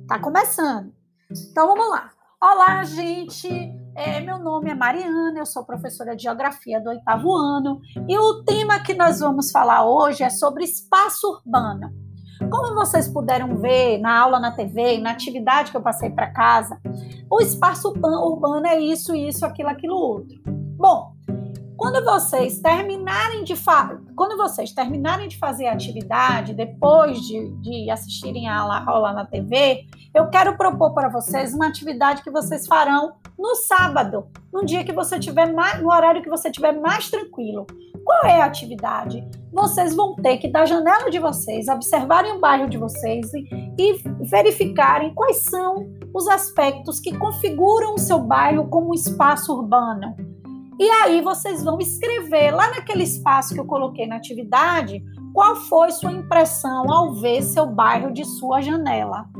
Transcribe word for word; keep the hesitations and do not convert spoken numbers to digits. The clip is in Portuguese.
Tá começando. Então, vamos lá. Olá, gente. É, meu nome é Mariana, eu sou professora de Geografia do oitavo ano e o tema que nós vamos falar hoje é sobre espaço urbano. Como vocês puderam ver na aula na T V e na atividade que eu passei para casa, o espaço urbano é isso, isso, aquilo, aquilo outro. Bom, quando vocês terminarem de fa- quando vocês terminarem de fazer a atividade, depois de, de assistirem a aula, a aula na T V, eu quero propor para vocês uma atividade que vocês farão no sábado, no dia que você tiver mais, no horário que você tiver mais tranquilo. Qual é a atividade? Vocês vão ter que, da janela de vocês, observarem o bairro de vocês e, e verificarem quais são os aspectos que configuram o seu bairro como um espaço urbano. E aí vocês vão escrever lá naquele espaço que eu coloquei na atividade, qual foi sua impressão ao ver seu bairro de sua janela.